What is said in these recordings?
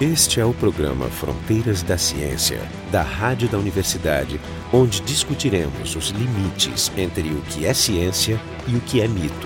Este é o programa Fronteiras da Ciência, da Rádio da Universidade, onde discutiremos os limites entre o que é ciência e o que é mito.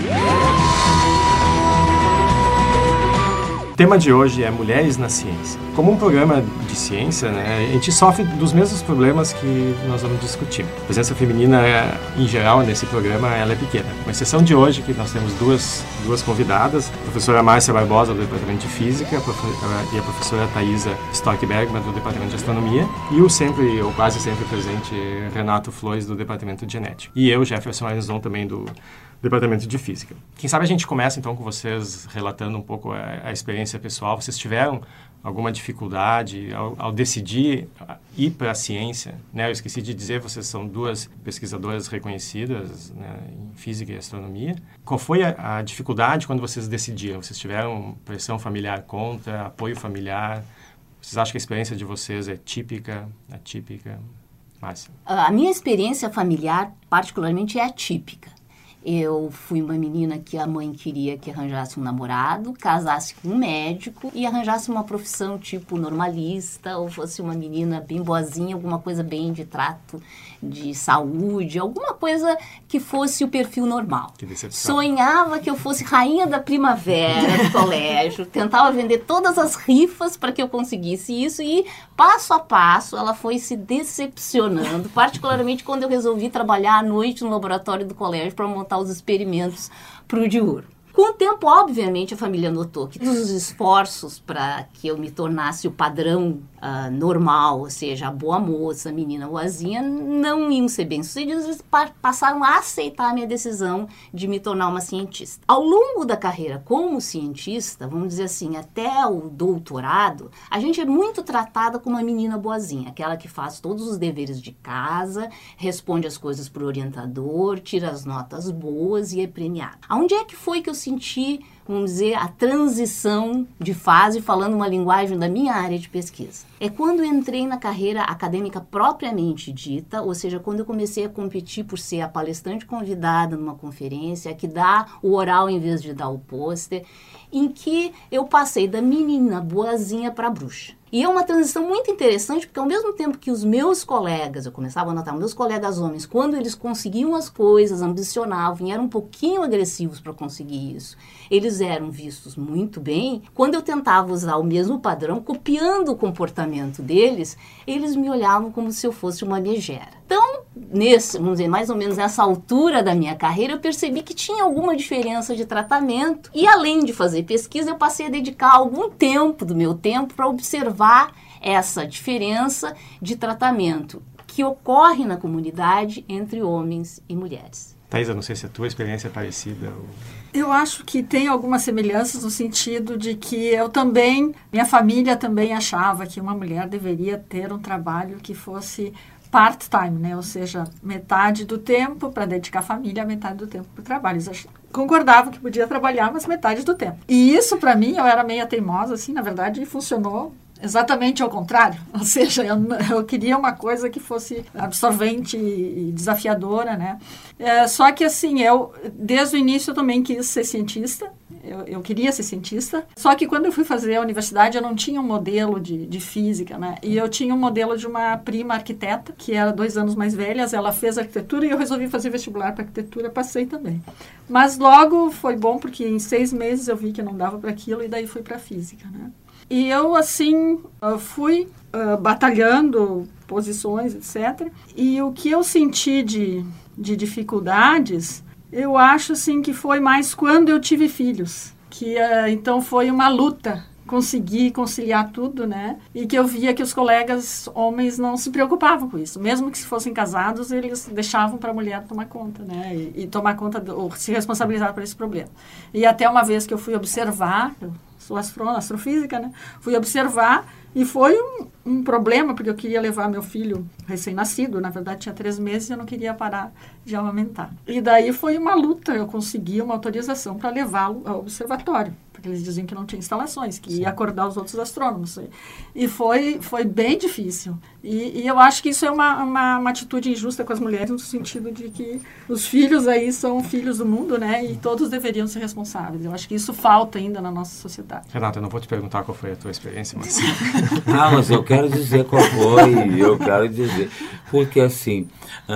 O tema de hoje é Mulheres na Ciência. Como um programa de ciência, a gente sofre dos mesmos problemas que nós vamos discutir. A presença feminina, em geral, nesse programa, ela é pequena. Com exceção de hoje, que nós temos duas convidadas, a professora Márcia Barbosa, do Departamento de Física, e a professora Thaisa Stockbergman, do Departamento de Astronomia, e o sempre, ou quase sempre presente, Renato Flores, do Departamento de Genética. E eu, Jefferson Arenzon, também do Departamento de Física. Quem sabe a gente começa, então, com vocês relatando um pouco a experiência pessoal. Vocês tiveram alguma dificuldade ao decidir ir para a ciência? Eu esqueci de dizer, vocês são duas pesquisadoras reconhecidas em física e astronomia. Qual foi a dificuldade quando vocês decidiram? Vocês tiveram pressão familiar contra, apoio familiar? Vocês acham que a experiência de vocês é típica, atípica? Márcia? A minha experiência familiar, particularmente, é atípica. Eu fui uma menina que a mãe queria que arranjasse um namorado, casasse com um médico e arranjasse uma profissão tipo normalista, ou fosse uma menina bem boazinha, alguma coisa bem de trato de saúde, alguma coisa que fosse o perfil normal. Que decepção. Sonhava que eu fosse rainha da primavera do colégio, tentava vender todas as rifas para que eu conseguisse isso e, passo a passo, ela foi se decepcionando, particularmente quando eu resolvi trabalhar à noite no laboratório do colégio para montar os experimentos para o de ouro. Com o tempo, obviamente, a família notou que todos os esforços para que eu me tornasse o padrão normal, ou seja, a boa moça, a menina boazinha, não iam ser bem-sucedidos. Eles passaram a aceitar a minha decisão de me tornar uma cientista. Ao longo da carreira como cientista, vamos dizer assim, até o doutorado, a gente é muito tratada como uma menina boazinha, aquela que faz todos os deveres de casa, responde as coisas para o orientador, tira as notas boas e é premiada. Aonde é que foi que eu senti, vamos dizer, a transição de fase, falando uma linguagem da minha área de pesquisa? É quando eu entrei na carreira acadêmica propriamente dita, ou seja, quando eu comecei a competir por ser a palestrante convidada numa conferência, a que dá o oral em vez de dar o pôster, em que eu passei da menina boazinha para a bruxa. E é uma transição muito interessante, porque ao mesmo tempo que os meus colegas, eu começava a notar, meus colegas homens, quando eles conseguiam as coisas, ambicionavam e eram um pouquinho agressivos para conseguir isso, eles eram vistos muito bem. Quando eu tentava usar o mesmo padrão, copiando o comportamento deles, eles me olhavam como se eu fosse uma megera. Então, vamos dizer, mais ou menos nessa altura da minha carreira, eu percebi que tinha alguma diferença de tratamento. E além de fazer pesquisa, eu passei a dedicar algum tempo do meu tempo para observar essa diferença de tratamento que ocorre na comunidade entre homens e mulheres. Thaisa, não sei se a tua experiência é parecida. Eu acho que tem algumas semelhanças no sentido de que minha família também achava que uma mulher deveria ter um trabalho que fosse part-time, ou seja, metade do tempo para dedicar à família, metade do tempo para o trabalho. Eles concordavam que podia trabalhar, mas metade do tempo. E isso, para mim, eu era meio teimosa, assim, na verdade, funcionou exatamente ao contrário. Ou seja, eu queria uma coisa que fosse absorvente e desafiadora, Só que, assim, desde o início, eu também quis ser cientista. Eu queria ser cientista. Só que quando eu fui fazer a universidade, eu não tinha um modelo de física, E eu tinha um modelo de uma prima arquiteta, que era 2 anos mais velha. Ela fez arquitetura e eu resolvi fazer vestibular para arquitetura. Passei também. Mas logo foi bom, porque em 6 meses eu vi que não dava para aquilo e daí fui para física, E eu, assim, fui batalhando posições, etc. E o que eu senti de dificuldades, eu acho, assim, que foi mais quando eu tive filhos. Que, então, foi uma luta conseguir conciliar tudo, E que eu via que os colegas homens não se preocupavam com isso. Mesmo que se fossem casados, eles deixavam para a mulher tomar conta, E tomar conta, ou se responsabilizar por esse problema. E até uma vez que eu fui observar, eu sou astrofísica, fui observar e foi um problema, porque eu queria levar meu filho recém-nascido, na verdade tinha 3 meses e eu não queria parar de amamentar. E daí foi uma luta, eu consegui uma autorização para levá-lo ao observatório, porque eles diziam que não tinha instalações, que ia acordar os outros astrônomos. E foi bem difícil. E eu acho que isso é uma atitude injusta com as mulheres, no sentido de que os filhos aí são filhos do mundo, né? E todos deveriam ser responsáveis. Eu acho que isso falta ainda na nossa sociedade. Renata, eu não vou te perguntar qual foi a tua experiência, mas... Mas eu quero dizer qual foi, eu quero dizer. Porque, assim,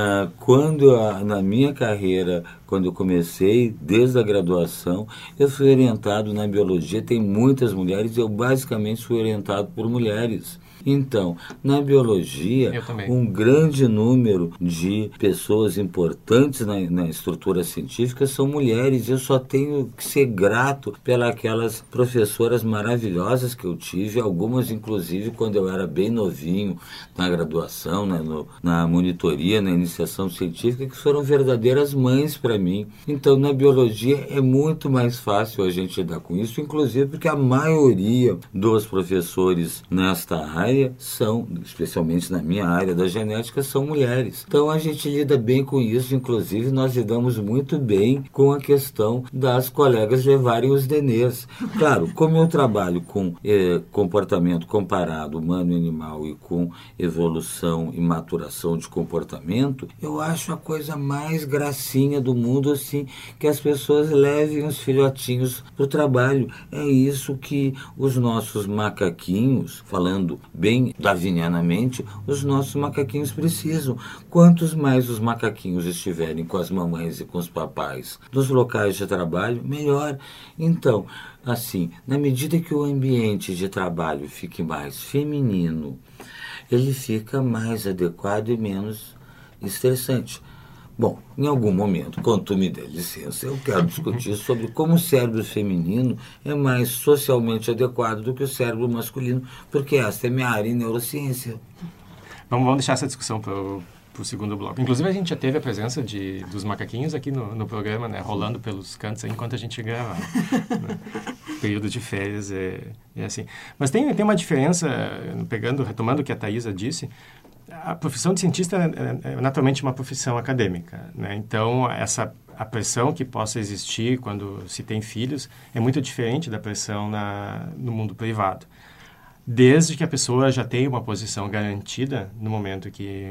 na minha carreira, quando eu comecei, desde a graduação, eu fui orientado na biologia, tem muitas mulheres, eu basicamente fui orientado por mulheres. Então, na biologia, um grande número de pessoas importantes na estrutura científica são mulheres. Eu só tenho que ser grato pelas professoras maravilhosas que eu tive, algumas inclusive quando eu era bem novinho, na graduação, na monitoria, na iniciação científica, que foram verdadeiras mães para mim. Então, na biologia é muito mais fácil a gente lidar com isso, inclusive porque a maioria dos professores nesta área são, especialmente na minha área da genética, são mulheres. Então a gente lida bem com isso, inclusive nós lidamos muito bem com a questão das colegas levarem os DNEs. Claro, como eu trabalho com comportamento comparado humano e animal e com evolução e maturação de comportamento, eu acho a coisa mais gracinha do mundo, assim, que as pessoas levem os filhotinhos para o trabalho. É isso que os nossos macaquinhos, falando bem darwinianamente, os nossos macaquinhos precisam. Quantos mais os macaquinhos estiverem com as mamães e com os papais nos locais de trabalho, melhor. Então, assim, na medida que o ambiente de trabalho fique mais feminino, ele fica mais adequado e menos estressante. Bom, em algum momento, quando tu me der licença, eu quero discutir sobre como o cérebro feminino é mais socialmente adequado do que o cérebro masculino, porque essa é minha área em neurociência. Vamos deixar essa discussão para o segundo bloco. Inclusive, a gente já teve a presença dos macaquinhos aqui no programa, né, rolando pelos cantos enquanto a gente grava. Né? Período de férias é assim. Mas tem uma diferença, retomando o que a Thaisa disse. A profissão de cientista é naturalmente uma profissão acadêmica, né? Então, a pressão que possa existir quando se tem filhos é muito diferente da pressão no mundo privado. Desde que a pessoa já tenha uma posição garantida no momento que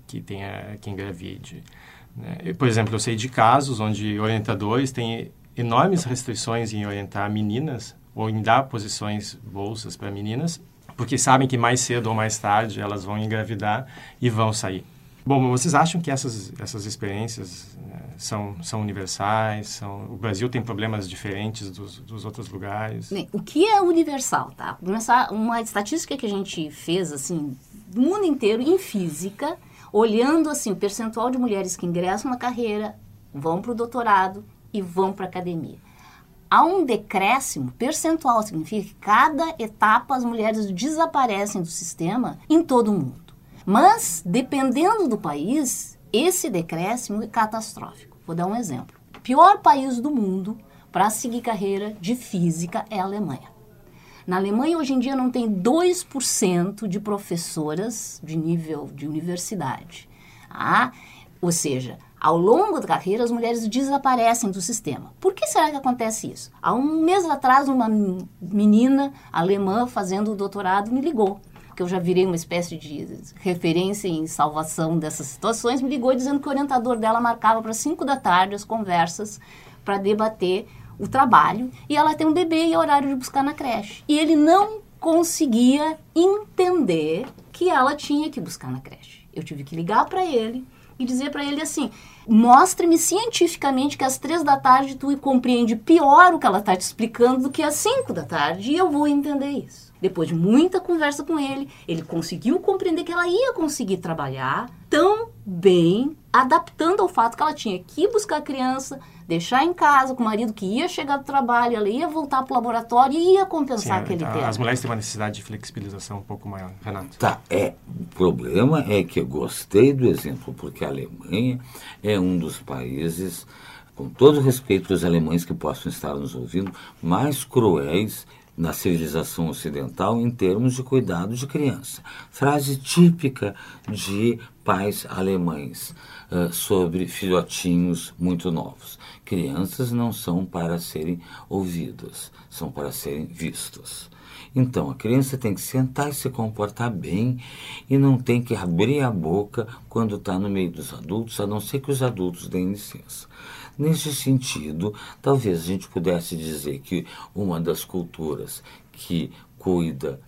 engravide. Né? Por exemplo, eu sei de casos onde orientadores têm enormes restrições em orientar meninas ou em dar posições bolsas para meninas, porque sabem que mais cedo ou mais tarde elas vão engravidar e vão sair. Bom, vocês acham que essas experiências são universais? O Brasil tem problemas diferentes dos outros lugares? O que é universal, tá? Uma estatística que a gente fez, assim, do mundo inteiro, em física, olhando, assim, o percentual de mulheres que ingressam na carreira, vão para o doutorado e vão para a academia. Há um decréscimo percentual, significa que cada etapa as mulheres desaparecem do sistema em todo o mundo. Mas, dependendo do país, esse decréscimo é catastrófico. Vou dar um exemplo. O pior país do mundo para seguir carreira de física é a Alemanha. Na Alemanha, hoje em dia, não tem 2% de professoras de nível de universidade. Ou seja, ao longo da carreira, as mulheres desaparecem do sistema. Por que será que acontece isso? Há um mês atrás, uma menina alemã fazendo doutorado me ligou, que eu já virei uma espécie de referência em salvação dessas situações, me ligou dizendo que o orientador dela marcava para 5 da tarde as conversas para debater o trabalho, e ela tem um bebê e é horário de buscar na creche. E ele não conseguia entender que ela tinha que buscar na creche. Eu tive que ligar para ele e dizer para ele assim: mostre-me cientificamente que às 3 da tarde tu compreende pior o que ela está te explicando do que às 5 da tarde, e eu vou entender isso. Depois de muita conversa com ele, ele conseguiu compreender que ela ia conseguir trabalhar tão bem, adaptando ao fato que ela tinha que ir buscar a criança, deixar em casa com o marido que ia chegar do trabalho, ela ia voltar para o laboratório e ia compensar aquele tempo. As mulheres têm uma necessidade de flexibilização um pouco maior, Renato. O problema é que eu gostei do exemplo, porque a Alemanha é um dos países, com todo respeito aos alemães que possam estar nos ouvindo, mais cruéis na civilização ocidental em termos de cuidado de criança. Frase típica de pais alemães sobre filhotinhos muito novos. Crianças não são para serem ouvidas, são para serem vistas. Então, a criança tem que sentar e se comportar bem e não tem que abrir a boca quando está no meio dos adultos, a não ser que os adultos deem licença. Nesse sentido, talvez a gente pudesse dizer que uma das culturas que cuida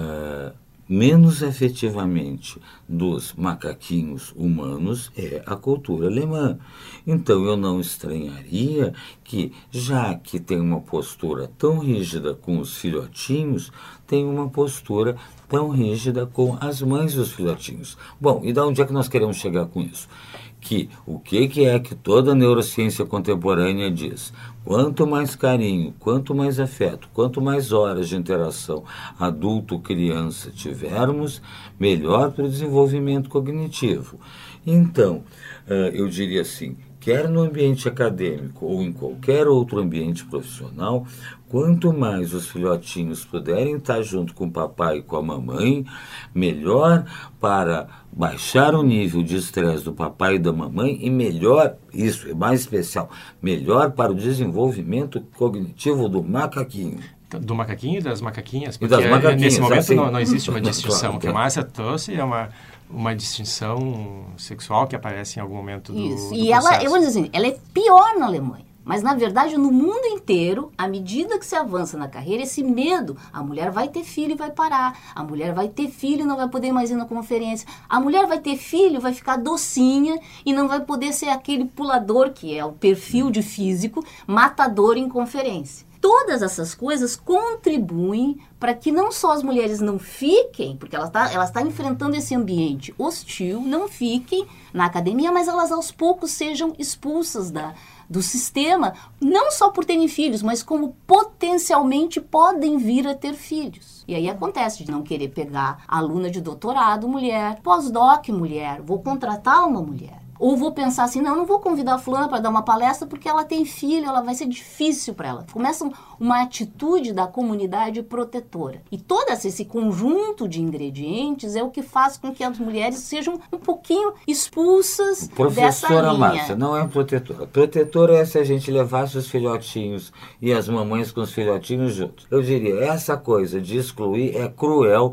menos efetivamente dos macaquinhos humanos é a cultura alemã. Então eu não estranharia que, já que tem uma postura tão rígida com os filhotinhos, tem uma postura tão rígida com as mães dos filhotinhos. Bom, e de onde é que nós queremos chegar com isso? Que o que é que toda a neurociência contemporânea diz? Quanto mais carinho, quanto mais afeto, quanto mais horas de interação adulto-criança tivermos, melhor para o desenvolvimento cognitivo. Então, eu diria assim, quer no ambiente acadêmico ou em qualquer outro ambiente profissional, quanto mais os filhotinhos puderem estar junto com o papai e com a mamãe, melhor para baixar o nível de estresse do papai e da mamãe e melhor, isso é mais especial, melhor para o desenvolvimento cognitivo do macaquinho. Do macaquinho e das macaquinhas, porque das macaquinhas, nesse momento assim, não existe uma distinção. Claro, O que a Márcia trouxe é uma distinção sexual que aparece em algum momento do Isso. do E processo. ela, eu vou dizer assim, ela é pior na Alemanha. Mas, na verdade, no mundo inteiro, à medida que se avança na carreira, esse medo, a mulher vai ter filho e vai parar, a mulher vai ter filho e não vai poder mais ir na conferência, a mulher vai ter filho, vai ficar docinha e não vai poder ser aquele pulador, que é o perfil de físico, matador em conferência. Todas essas coisas contribuem para que não só as mulheres não fiquem, porque ela está enfrentando esse ambiente hostil, não fiquem na academia, mas elas aos poucos sejam expulsas do sistema, não só por terem filhos, mas como potencialmente podem vir a ter filhos. E aí acontece de não querer pegar aluna de doutorado, mulher, pós-doc, mulher, vou contratar uma mulher. Ou vou pensar assim, não vou convidar a fulana para dar uma palestra porque ela tem filho, ela vai ser difícil para ela. Começa uma atitude da comunidade protetora. E todo esse conjunto de ingredientes é o que faz com que as mulheres sejam um pouquinho expulsas dessa linha. Professora Márcia, não é protetora. Protetora é se a gente levasse os filhotinhos e as mamães com os filhotinhos juntos. Eu diria, essa coisa de excluir é cruel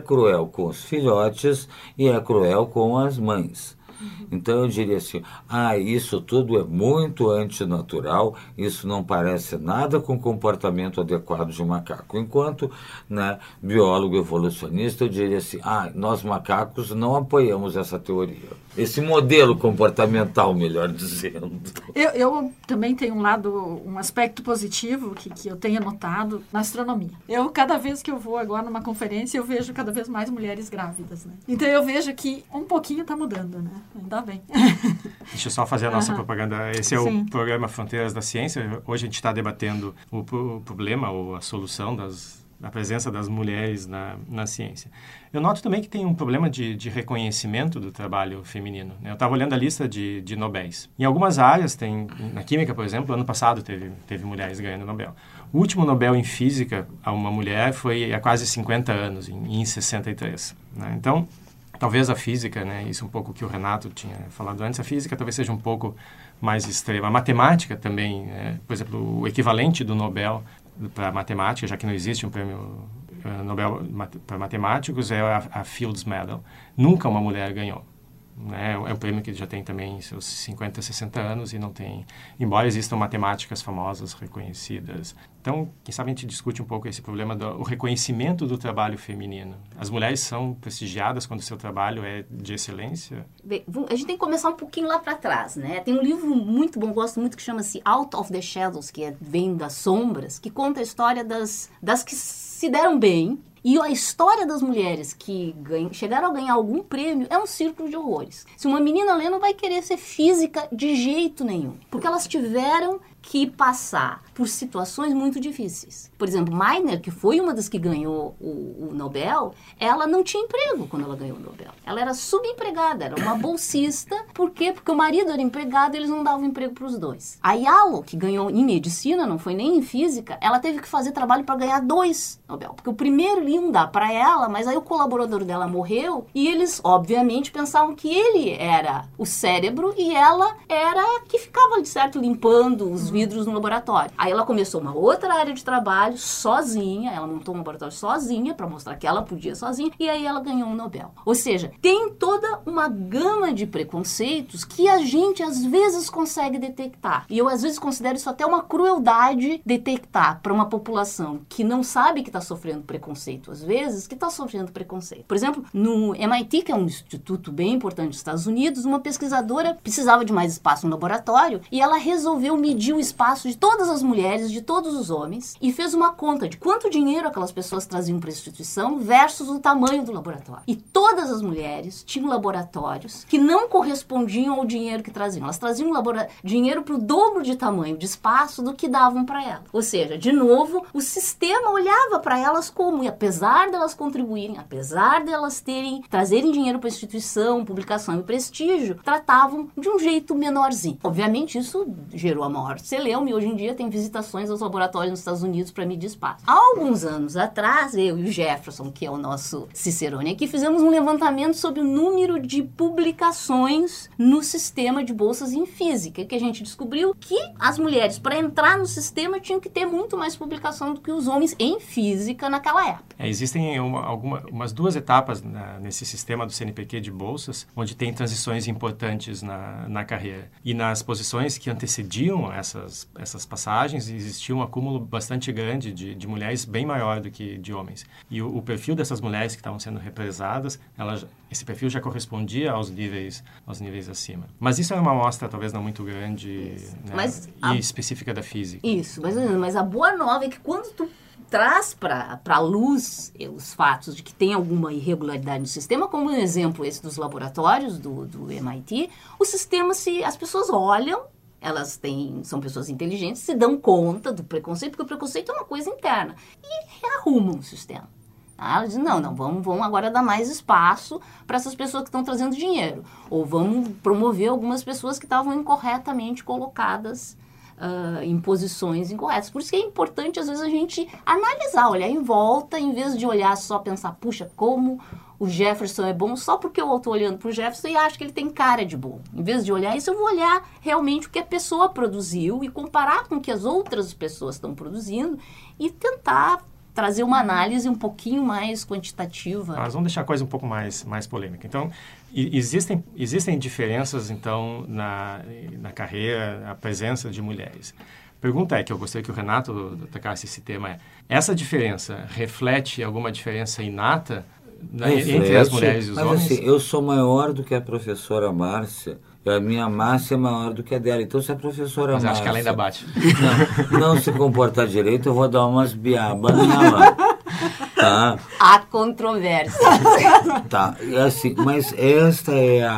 com os filhotes e é cruel com as mães. Então eu diria assim, isso tudo é muito antinatural, isso não parece nada com o comportamento adequado de um macaco. Enquanto, biólogo evolucionista, eu diria assim, nós macacos não apoiamos essa teoria. Esse modelo comportamental, melhor dizendo. Eu também tenho um aspecto positivo que eu tenho notado na astronomia. Cada vez que eu vou agora numa conferência, eu vejo cada vez mais mulheres grávidas, né? Então eu vejo que um pouquinho está mudando, né? Ainda bem. Deixa eu só fazer a nossa propaganda. Esse é Sim. o programa Fronteiras da Ciência. Hoje a gente está debatendo o problema ou a solução da presença das mulheres na ciência. Eu noto também que tem um problema de reconhecimento do trabalho feminino. Eu estava olhando a lista de Nobéis. Em algumas áreas, na química, por exemplo, ano passado teve mulheres ganhando Nobel. O último Nobel em física a uma mulher foi há quase 50 anos, em 63. Então, talvez a física, isso um pouco que o Renato tinha falado antes, a física talvez seja um pouco mais extrema. A matemática também, por exemplo, o equivalente do Nobel para matemática, já que não existe um prêmio Nobel para matemáticos, é a Fields Medal. Nunca uma mulher ganhou. É um prêmio que já tem também seus 50, 60 anos e não tem... Embora existam matemáticas famosas, reconhecidas. Então, quem sabe a gente discute um pouco esse problema do reconhecimento do trabalho feminino. As mulheres são prestigiadas quando o seu trabalho é de excelência? Bem, a gente tem que começar um pouquinho lá para trás, né? Tem um livro muito bom, gosto muito, que chama-se Out of the Shadows, que vem das sombras, que conta a história das que se deram bem. E a história das mulheres que chegaram a ganhar algum prêmio é um círculo de horrores. Se uma menina lê, não vai querer ser física de jeito nenhum. Porque elas tiveram que passar por situações muito difíceis. Por exemplo, Meitner, que foi uma das que ganhou o Nobel, ela não tinha emprego quando ela ganhou o Nobel. Ela era subempregada, era uma bolsista. Por quê? Porque o marido era empregado e eles não davam emprego para os dois. A Yalo, que ganhou em medicina, não foi nem em física, ela teve que fazer trabalho para ganhar 2 Nobel. Porque o primeiro iam dar para ela, mas aí o colaborador dela morreu e eles, obviamente, pensavam que ele era o cérebro e ela era que ficava, de certo, limpando os vidros no laboratório. Aí ela começou uma outra área de trabalho sozinha, ela montou um laboratório sozinha para mostrar que ela podia sozinha e aí ela ganhou um Nobel. Ou seja, tem toda uma gama de preconceitos que a gente às vezes consegue detectar. E eu às vezes considero isso até uma crueldade detectar para uma população que não sabe que está sofrendo preconceito, às vezes, que está sofrendo preconceito. Por exemplo, no MIT, que é um instituto bem importante dos Estados Unidos, uma pesquisadora precisava de mais espaço no laboratório e ela resolveu medir o espaço de todas as mulheres, de todos os homens e fez uma conta de quanto dinheiro aquelas pessoas traziam para a instituição versus o tamanho do laboratório. E todas as mulheres tinham laboratórios que não correspondiam ao dinheiro que traziam. Elas traziam dinheiro para o dobro de tamanho de espaço do que davam para ela. Ou seja, de novo, o sistema olhava para elas como, e apesar delas contribuírem, apesar delas trazerem dinheiro para a instituição, publicação e prestígio, tratavam de um jeito menorzinho. Obviamente, isso gerou a maior celeuma e hoje em dia tem visitações aos laboratórios nos Estados Unidos para medir espaço. Há alguns anos atrás, eu e o Jefferson, que é o nosso Cicerone aqui, fizemos um levantamento sobre o número de publicações no sistema de bolsas em física, que a gente descobriu que as mulheres, para entrar no sistema, tinham que ter muito mais publicação do que os homens em física naquela época. Existem umas 2 etapas nesse sistema do CNPq de bolsas, onde tem transições importantes na carreira. E nas posições que antecediam essas passagens, existia um acúmulo bastante grande de mulheres, bem maior do que de homens. E o perfil dessas mulheres que estavam sendo represadas, esse perfil já correspondia aos níveis acima. Mas isso é uma amostra talvez não muito grande, né, e específica da física. Isso, mas a boa nova é que quando tu traz para a luz os fatos de que tem alguma irregularidade no sistema, como um exemplo esse dos laboratórios do MIT, o sistema, as pessoas olham, são pessoas inteligentes, se dão conta do preconceito, porque o preconceito é uma coisa interna, e rearrumam o sistema. Ela diz, não, vamos agora dar mais espaço para essas pessoas que estão trazendo dinheiro, ou vamos promover algumas pessoas que estavam incorretamente colocadas em posições incorretas. Por isso que é importante, às vezes, a gente analisar, olhar em volta, em vez de olhar só, pensar, puxa, como o Jefferson é bom só porque eu estou olhando para o Jefferson e acho que ele tem cara de bom. Em vez de olhar isso, eu vou olhar realmente o que a pessoa produziu e comparar com o que as outras pessoas estão produzindo e tentar trazer uma análise um pouquinho mais quantitativa. Mas vamos deixar a coisa um pouco mais polêmica. Então, existem diferenças, então, na carreira, a presença de mulheres. A pergunta é, que eu gostaria que o Renato tocasse esse tema, essa diferença reflete alguma diferença inata entre as mulheres e os homens? Mas assim, eu sou maior do que a professora Márcia, a minha Márcia é maior do que a dela. Então, se a professora Márcia... Mas acho que ela ainda bate. Não se comportar direito, eu vou dar umas biabas nela. Tá? Há controvérsia. Tá, assim, mas esta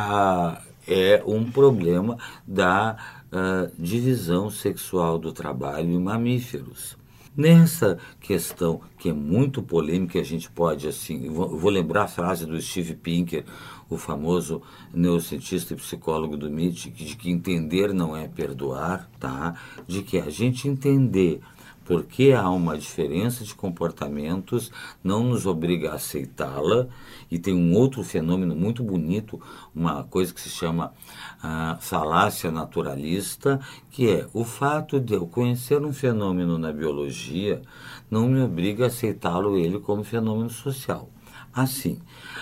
é um problema da divisão sexual do trabalho em mamíferos. Nessa questão que é muito polêmica, a gente pode, assim, vou lembrar a frase do Steve Pinker, o famoso neurocientista e psicólogo do MIT, de que entender não é perdoar, tá? De que a gente entender porque há uma diferença de comportamentos não nos obriga a aceitá-la. E tem um outro fenômeno muito bonito, uma coisa que se chama falácia naturalista, que é o fato de eu conhecer um fenômeno na biologia não me obriga a aceitá-lo ele como fenômeno social. Assim,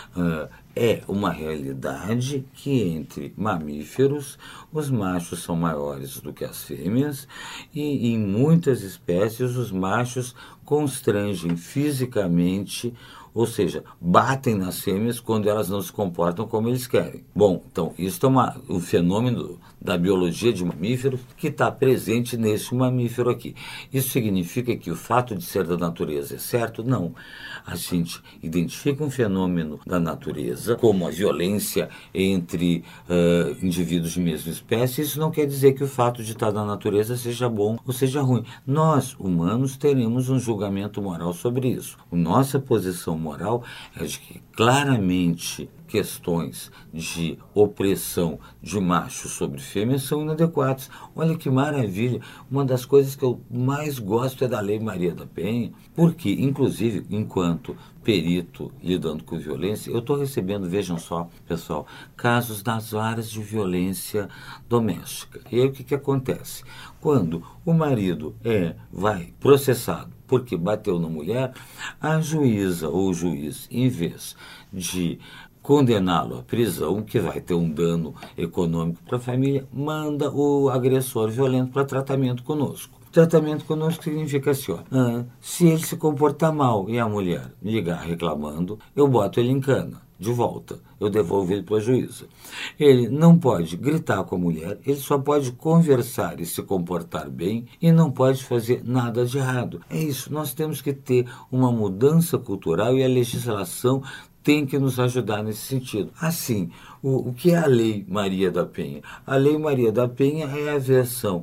é uma realidade que entre mamíferos os machos são maiores do que as fêmeas e em muitas espécies os machos constrangem fisicamente ou seja, batem nas fêmeas quando elas não se comportam como eles querem. Bom, então, isso é um fenômeno da biologia de mamíferos que está presente nesse mamífero aqui. Isso significa que o fato de ser da natureza é certo? Não. A gente identifica um fenômeno da natureza, como a violência entre indivíduos de mesma espécie. Isso não quer dizer que o fato de estar na natureza seja bom ou seja ruim. Nós, humanos, teremos um julgamento moral sobre isso. Nossa posição moral é de que claramente questões de opressão de macho sobre fêmea são inadequadas. Olha que maravilha! Uma das coisas que eu mais gosto é da Lei Maria da Penha, porque, inclusive, enquanto perito lidando com violência, eu estou recebendo, vejam só, pessoal, casos das varas de violência doméstica. E aí o que acontece? Quando o marido vai processado porque bateu na mulher, a juíza ou o juiz, em vez de condená-lo à prisão, que vai ter um dano econômico para a família, manda o agressor violento para tratamento conosco. Tratamento conosco significa assim, se ele se comportar mal e a mulher ligar reclamando, eu boto ele em cana, de volta, eu devolvo ele para a juíza. Ele não pode gritar com a mulher, ele só pode conversar e se comportar bem e não pode fazer nada de errado. É isso, nós temos que ter uma mudança cultural e a legislação tem que nos ajudar nesse sentido. Assim, o que é a Lei Maria da Penha? A Lei Maria da Penha é a versão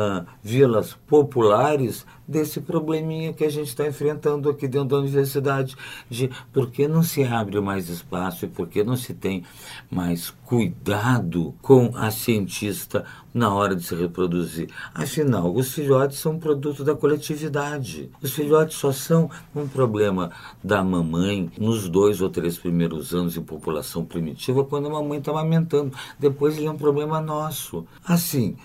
vilas populares desse probleminha que a gente está enfrentando aqui dentro da universidade, de por que não se abre mais espaço e por que não se tem mais cuidado com a cientista na hora de se reproduzir. Afinal, os filhotes são produto da coletividade. Os filhotes só são um problema da mamãe nos 2 ou 3 primeiros anos em população primitiva, quando a mamãe está amamentando. Depois ele é um problema nosso. Assim,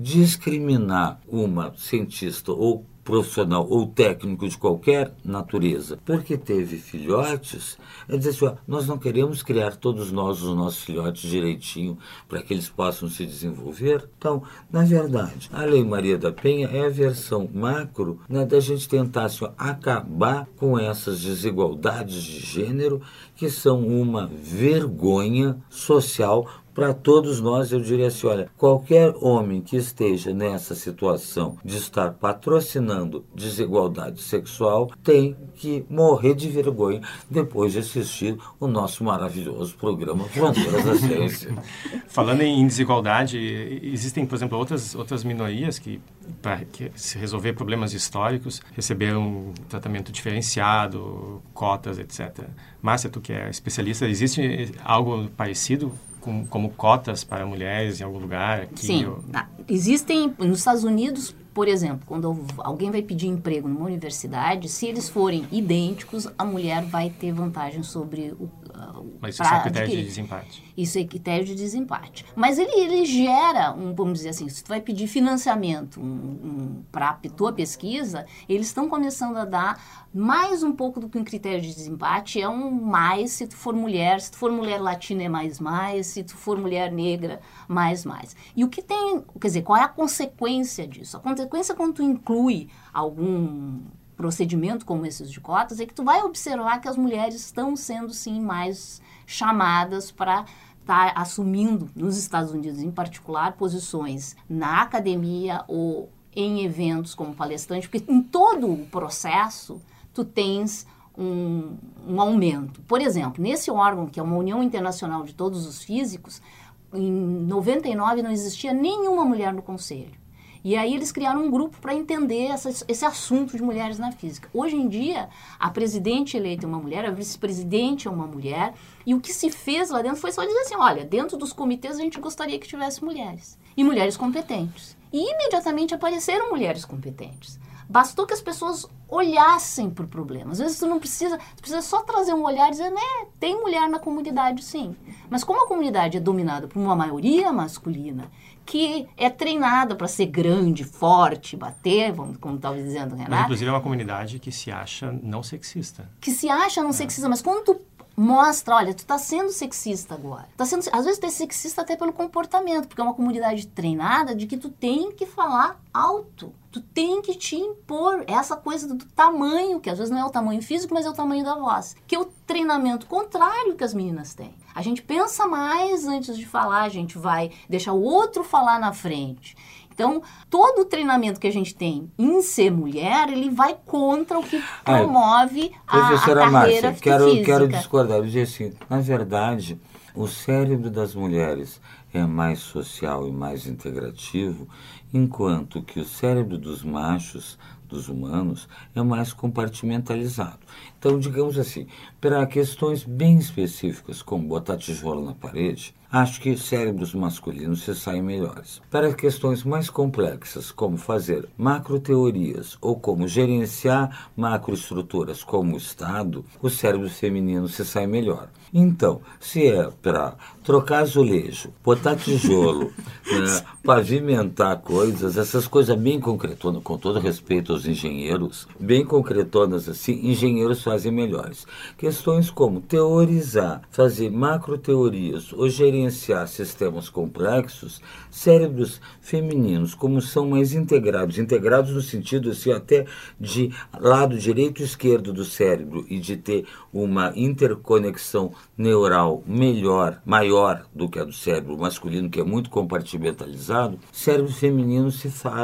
discriminar uma cientista ou profissional ou técnico de qualquer natureza, porque teve filhotes, é dizer assim, nós não queremos criar todos nós os nossos filhotes direitinho para que eles possam se desenvolver. Então, na verdade, a Lei Maria da Penha é a versão macro, né, da gente tentar assim, acabar com essas desigualdades de gênero que são uma vergonha social para todos nós. Eu diria assim, olha, qualquer homem que esteja nessa situação de estar patrocinando desigualdade sexual tem que morrer de vergonha depois de assistir o nosso maravilhoso programa Fronteiras da Ciência. Falando em desigualdade, existem, por exemplo, outras minorias que, para se resolver problemas históricos, receberam tratamento diferenciado, cotas, etc. Márcia, tu que é especialista, existe algo parecido como cotas para mulheres em algum lugar? Aqui, Sim, existem nos Estados Unidos, por exemplo, quando alguém vai pedir emprego numa universidade, se eles forem idênticos, a mulher vai ter vantagem sobre o... Mas isso é critério de desempate. Isso é critério de desempate. Mas ele gera, vamos dizer assim, se tu vai pedir financiamento para a tua pesquisa, eles estão começando a dar mais um pouco do que um critério de desempate, é um mais se tu for mulher latina é mais, se tu for mulher negra, mais. E o que tem, quer dizer, qual é a consequência disso? A consequência quando tu inclui algum procedimento como esses de cotas é que tu vai observar que as mulheres estão sendo, sim, mais chamadas para estar assumindo, nos Estados Unidos em particular, posições na academia ou em eventos como palestrante, porque em todo o processo tu tens um aumento. Por exemplo, nesse órgão, que é uma União Internacional de Todos os Físicos, em 99 não existia nenhuma mulher no conselho. E aí eles criaram um grupo para entender esse assunto de mulheres na física. Hoje em dia, a presidente eleita é uma mulher, a vice-presidente é uma mulher, e o que se fez lá dentro foi só dizer assim, olha, dentro dos comitês a gente gostaria que tivesse mulheres, e mulheres competentes. E imediatamente apareceram mulheres competentes. Bastou que as pessoas olhassem para o problema. Às vezes tu precisa só trazer um olhar e dizer, né, tem mulher na comunidade, sim. Mas como a comunidade é dominada por uma maioria masculina, que é treinada para ser grande, forte, bater, como estava dizendo o Renato. Mas, inclusive, é uma comunidade que se acha não sexista. Que se acha não sexista, mas quando tu mostra, olha, tu tá sendo sexista agora. Às vezes tu é sexista até pelo comportamento, porque é uma comunidade treinada de que tu tem que falar alto. Tu tem que te impor essa coisa do tamanho, que às vezes não é o tamanho físico, mas é o tamanho da voz. Que é o treinamento contrário que as meninas têm. A gente pensa mais antes de falar, a gente vai deixar o outro falar na frente. Então, todo o treinamento que a gente tem em ser mulher, ele vai contra o que promove a carreira Márcia, física. Quero discordar. Eu dizer assim, na verdade, o cérebro das mulheres é mais social e mais integrativo, enquanto que o cérebro dos machos, dos humanos, é mais compartimentalizado. Então, digamos assim, para questões bem específicas, como botar tijolo na parede, acho que cérebros masculinos se saem melhores. Para questões mais complexas, como fazer macroteorias ou como gerenciar macroestruturas como o Estado, o cérebro feminino se sai melhor. Então, se é para trocar azulejo, botar tijolo, né, pavimentar coisas, essas coisas bem concretonas, com todo respeito aos engenheiros, bem concretonas assim, engenheiros fazem melhores. Questões como teorizar, fazer macroteorias ou gerenciar sistemas complexos, cérebros femininos, como são mais integrados no sentido assim, até de lado direito e esquerdo do cérebro e de ter uma interconexão neural maior do que a do cérebro masculino, que é muito compartimentalizado, cérebro feminino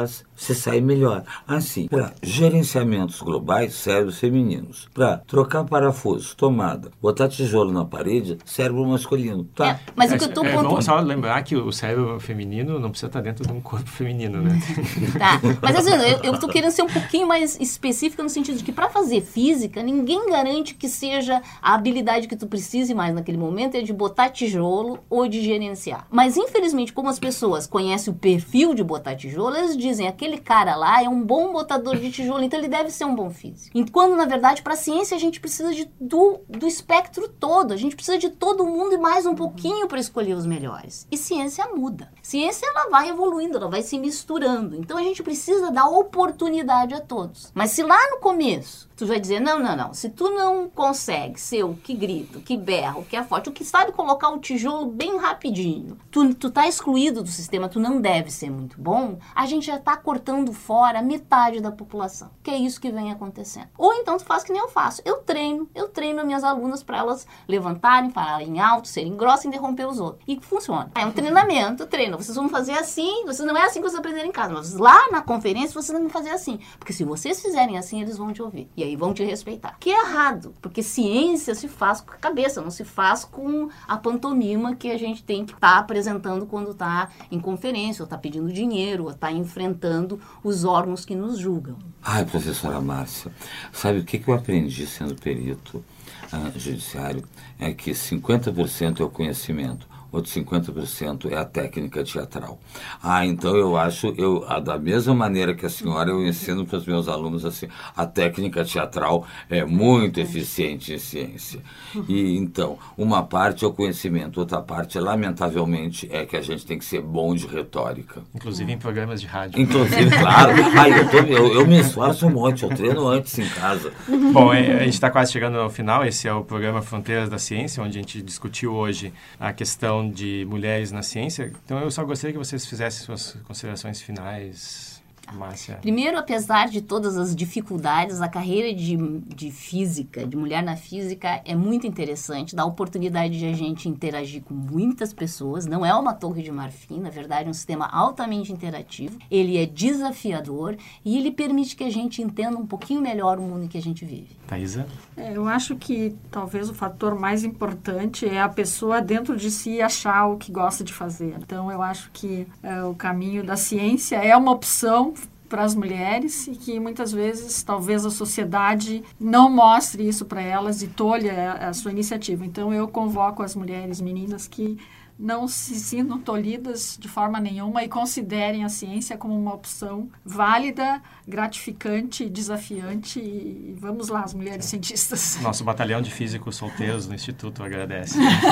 se sai melhor. Assim, para gerenciamentos globais, cérebros femininos. Para trocar parafuso, tomada, botar tijolo na parede, cérebro masculino. Tá. Mas o que eu tô bom só lembrar que o cérebro feminino não precisa estar dentro de um corpo feminino, né? Tá. Mas assim, eu tô querendo ser um pouquinho mais específica no sentido de que para fazer física, ninguém garante que seja a habilidade que tu precise mais naquele momento é de botar tijolo ou de gerenciar. Mas infelizmente, como as pessoas conhecem o perfil de botar tijolo, eles dizem, aquele cara lá é um bom botador de tijolo, então ele deve ser um bom físico. Enquanto, na verdade, para a ciência a gente precisa do espectro todo, a gente precisa de todo mundo e mais um pouquinho para escolher os melhores. E ciência muda. Ciência, ela vai evoluindo, ela vai se misturando. Então a gente precisa dar oportunidade a todos. Mas se lá no começo tu vai dizer, não, se tu não consegue ser o que grita, o que berra, o que é forte, o que sabe colocar o tijolo bem rapidinho, tu tá excluído do sistema, tu não deve ser muito bom, a gente já tá cortando fora metade da população, que é isso que vem acontecendo. Ou então tu faz que nem eu faço, eu treino as minhas alunas para elas levantarem, falarem alto, serem grossas e interromper os outros. E funciona. É um treinamento, treino. Vocês vão fazer assim, não é assim que vocês aprenderam em casa, mas lá na conferência vocês vão fazer assim, porque se vocês fizerem assim, eles vão te ouvir. E aí vão te respeitar. Que é errado, porque ciência se faz com a cabeça, não se faz com a pantomima que a gente tem que estar apresentando quando está em conferência, ou está pedindo dinheiro, ou está enfrentando os órgãos que nos julgam. Ai, professora Márcia, sabe o que eu aprendi sendo perito judiciário? É que 50% é o conhecimento, outro 50% é a técnica teatral. Então eu acho, da mesma maneira que a senhora, eu ensino para os meus alunos assim, a técnica teatral é muito eficiente em ciência. E então, uma parte é o conhecimento, outra parte, lamentavelmente, é que a gente tem que ser bom de retórica. Inclusive em programas de rádio. Inclusive, claro. Eu me esforço um monte, eu treino antes em casa. Bom, a gente está quase chegando ao final. Esse é o programa Fronteiras da Ciência, onde a gente discutiu hoje a questão de mulheres na ciência. Então eu só gostaria que vocês fizessem suas considerações finais, Márcia. Primeiro, apesar de todas as dificuldades, a carreira de física, de mulher na física, é muito interessante, dá a oportunidade de a gente interagir com muitas pessoas, não é uma torre de marfim, na verdade é um sistema altamente interativo, ele é desafiador e ele permite que a gente entenda um pouquinho melhor o mundo em que a gente vive. Thaisa? Eu acho que talvez o fator mais importante é a pessoa dentro de si achar o que gosta de fazer. Então eu acho que o caminho da ciência é uma opção para as mulheres e que muitas vezes talvez a sociedade não mostre isso para elas e tolha a sua iniciativa. Então eu convoco as mulheres, meninas, que não se sintam tolhidas de forma nenhuma e considerem a ciência como uma opção válida, gratificante, desafiante e vamos lá, as mulheres cientistas. Nosso batalhão de físicos solteiros no Instituto agradece.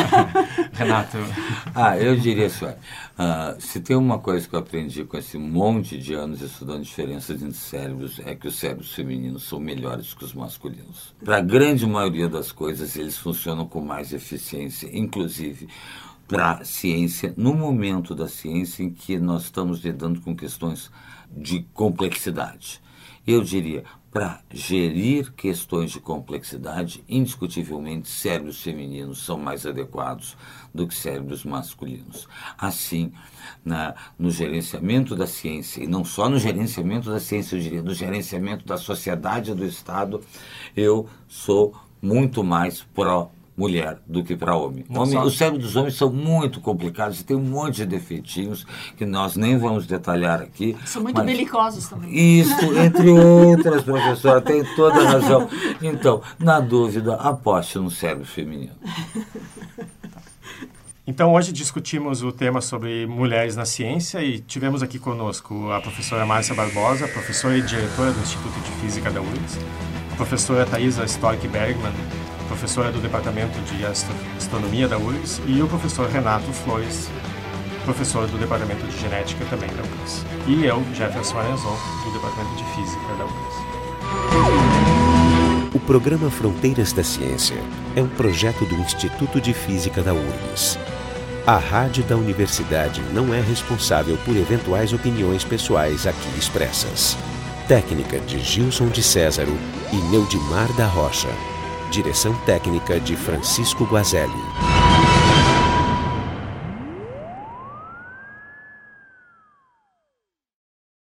Renato? Eu diria assim, se tem uma coisa que eu aprendi com esse monte de anos estudando diferenças entre cérebros, é que os cérebros femininos são melhores que os masculinos. Para a grande maioria das coisas, eles funcionam com mais eficiência, inclusive para a ciência, no momento da ciência em que nós estamos lidando com questões de complexidade. Eu diria, para gerir questões de complexidade, indiscutivelmente cérebros femininos são mais adequados do que cérebros masculinos. Assim, no gerenciamento da ciência, e não só no gerenciamento da ciência, eu diria, no gerenciamento da sociedade e do Estado, eu sou muito mais pró-mulher do que para homem. Os cérebros dos homens são muito complicados, tem um monte de defeitinhos que nós nem vamos detalhar aqui. São muito belicosos também. Isso, entre outras, professora, tem toda a razão. Então, na dúvida, aposte no cérebro feminino. Então, hoje discutimos o tema sobre mulheres na ciência e tivemos aqui conosco a professora Márcia Barbosa, professora e diretora do Instituto de Física da URGS, a professora Thaisa Storck-Bergman, professora do Departamento de Astronomia da URGS, e o professor Renato Flores, professor do Departamento de Genética também da URGS. E eu, Jefferson Arenzon, do Departamento de Física da URGS. O programa Fronteiras da Ciência é um projeto do Instituto de Física da URGS. A rádio da universidade não é responsável por eventuais opiniões pessoais aqui expressas. Técnica de Gilson de Césaro e Neudimar da Rocha. Direção técnica de Francisco Guazelli.